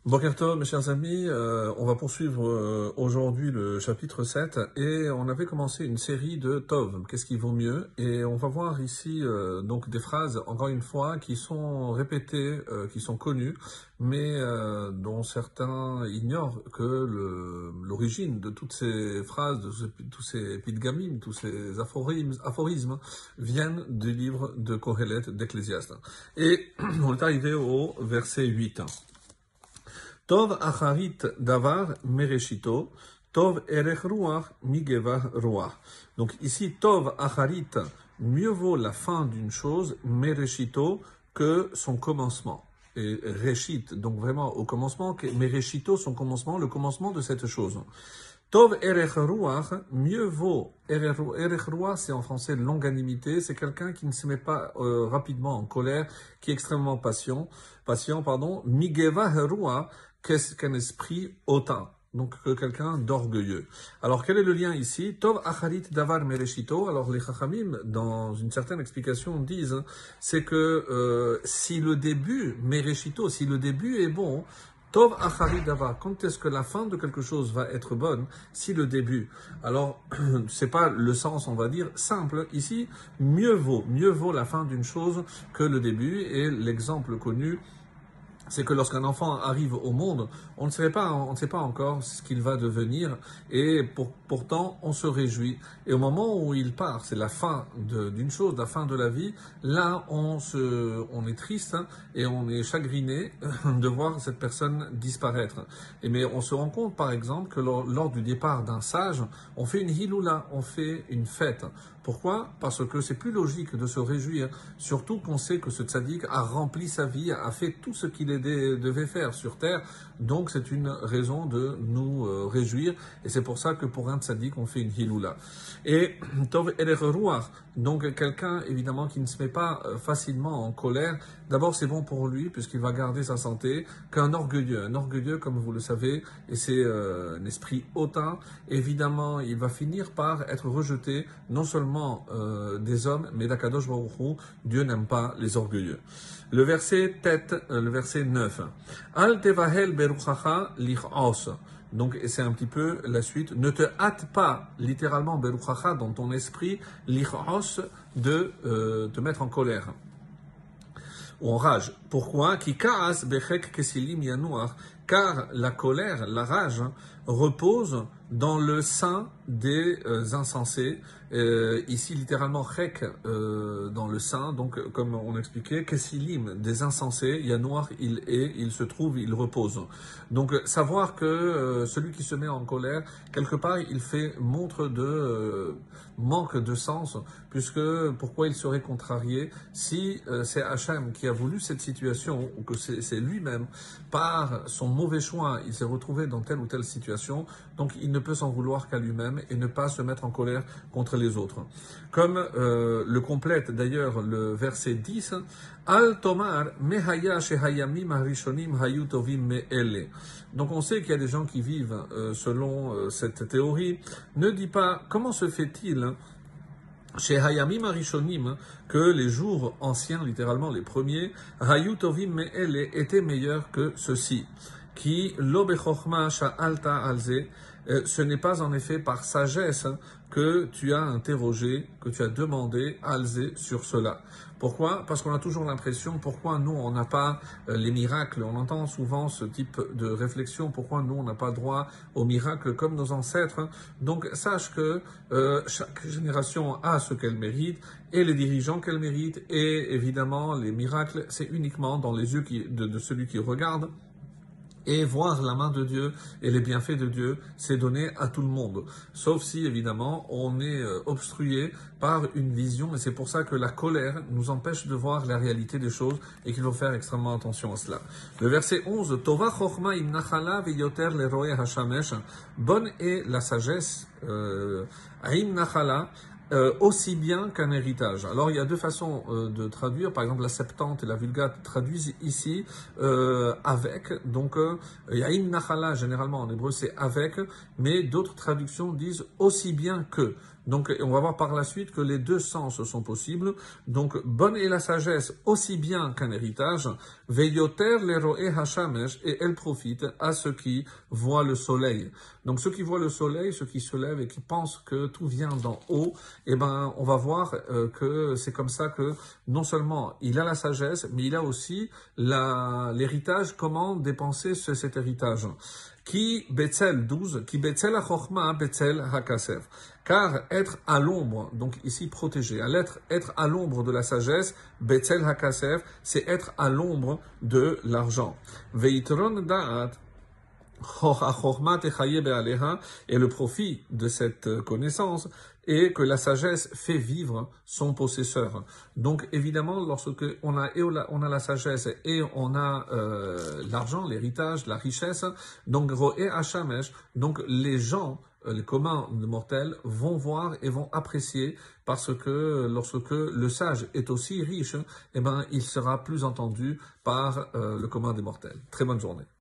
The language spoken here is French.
Boker Tov, mes chers amis, on va poursuivre aujourd'hui le chapitre 7 et on avait commencé une série de Tov, qu'est-ce qui vaut mieux? Et on va voir ici donc des phrases, encore une fois, qui sont répétées, qui sont connues, mais dont certains ignorent que l'origine de toutes ces phrases, de tous ces pidgamim, tous ces aphorismes viennent du livre de Kohelet d'Ecclésiaste. Et on est arrivé au verset 8. Tov acharit davar mereshito, tov erech ruach migeva ruach. Donc ici, tov acharit, mieux vaut la fin d'une chose, mereshito, que son commencement. Et reshit, donc vraiment au commencement, mereshito, son commencement, le commencement de cette chose. Tov erech ruach, mieux vaut, erech ruach, c'est en français longanimité, c'est quelqu'un qui ne se met pas rapidement en colère, qui est extrêmement patient, migeva ruach, qu'est-ce qu'un esprit hautain, donc quelqu'un d'orgueilleux. Alors quel est le lien ici? Tov acharit davar mereshito. Alors les chachamim, dans une certaine explication, disent, c'est que si le début, mereshito, si le début est bon, Tov acharit davar, quand est-ce que la fin de quelque chose va être bonne? Si le début. Alors, c'est pas le sens, on va dire, simple. Ici, mieux vaut la fin d'une chose que le début. Et l'exemple connu, c'est que lorsqu'un enfant arrive au monde, on ne sait pas encore ce qu'il va devenir, et pourtant on se réjouit. Et au moment où il part, c'est la fin d'une chose, la fin de la vie, là on est triste et on est chagriné de voir cette personne disparaître. Mais on se rend compte par exemple que lors du départ d'un sage, on fait une hiloula, on fait une fête. Pourquoi? Parce que c'est plus logique de se réjouir, surtout qu'on sait que ce tzaddik a rempli sa vie, a fait tout ce qu'il devait faire sur terre, donc c'est une raison de nous réjouir, et c'est pour ça que pour un tzaddik, on fait une hiloula. Et Tov erech ruach, donc quelqu'un évidemment qui ne se met pas facilement en colère, d'abord c'est bon pour lui, puisqu'il va garder sa santé, qu'un orgueilleux comme vous le savez, et c'est un esprit hautain, évidemment il va finir par être rejeté, non seulement des hommes, mais d'Akadosh Baruch Hu, Dieu n'aime pas les orgueilleux. Le verset 9. Al tevahel beruchacha lichos. Donc, c'est un petit peu la suite. Ne te hâte pas, littéralement, beruchacha, dans ton esprit, lichos, de te mettre en colère. Ou en rage. Pourquoi? Ki kaas bechek kesilim yanuach. Car la colère, la rage, repose dans le sein des insensés. Ici, littéralement, chek, dans le sein, donc, comme on expliquait, kesilim, des insensés, yanuach, il se trouve, il repose. Donc, savoir que celui qui se met en colère, quelque part, il fait montre de manque de sens, puisque pourquoi il serait contrarié si c'est Hachem qui a voulu cette situation, ou que c'est lui-même, par son mauvais choix, il s'est retrouvé dans telle ou telle situation, donc il ne peut s'en vouloir qu'à lui-même et ne pas se mettre en colère contre les autres. Comme le complète d'ailleurs le verset 10, Al tomar mehaya shehayamim harishonim hayu tovim me'ele. Donc on sait qu'il y a des gens qui vivent selon cette théorie. Ne dis pas, comment se fait-il chez Hayamim Arishonim, que les jours anciens, littéralement les premiers, Hayu Tovim Me'ele, étaient meilleurs que ceux-ci. Qui, lo bechorma sha'alta alze, ce n'est pas en effet par sagesse que tu as interrogé, que tu as demandé alze sur cela. Pourquoi? Parce qu'on a toujours l'impression, pourquoi nous on n'a pas les miracles? On entend souvent ce type de réflexion, pourquoi nous on n'a pas droit aux miracles comme nos ancêtres? Donc sache que chaque génération a ce qu'elle mérite, et les dirigeants qu'elle mérite, et évidemment les miracles, c'est uniquement dans les yeux de celui qui regarde. Et voir la main de Dieu et les bienfaits de Dieu, c'est donné à tout le monde. Sauf si, évidemment, on est obstrué par une vision, et c'est pour ça que la colère nous empêche de voir la réalité des choses, et qu'il faut faire extrêmement attention à cela. Le verset 11, Tova chorma im nachala veyoter leroe hashamesh. Bonne est la sagesse, im nachala, aussi bien qu'un héritage. Alors il y a deux façons de traduire, par exemple la Septante et la Vulgate traduisent ici avec, donc Yaim Nachala généralement en hébreu c'est avec, mais d'autres traductions disent aussi bien que. Donc, on va voir par la suite que les deux sens sont possibles. Donc, bonne est la sagesse aussi bien qu'un héritage. Veyoter leroe hashamesh, et elle profite à ceux qui voient le soleil. Donc, ceux qui voient le soleil, ceux qui se lèvent et qui pensent que tout vient d'en haut, eh ben, on va voir que c'est comme ça que non seulement il a la sagesse, mais il a aussi l'héritage, comment dépenser cet héritage. Qui Betzel 12, qui Betzel ha-chochma, Betzel ha-kasef. Car être à l'ombre, donc ici protégé, être à l'ombre de la sagesse, Betzel ha-kasef, c'est être à l'ombre de l'argent. Veitron da'at, et le profit de cette connaissance est que la sagesse fait vivre son possesseur. Donc évidemment, lorsque on a la sagesse et on a l'argent, l'héritage, la richesse, donc roé hashamesh, donc les gens, les communs de mortels vont voir et vont apprécier parce que lorsque le sage est aussi riche, eh ben il sera plus entendu par le commun des mortels. Très bonne journée.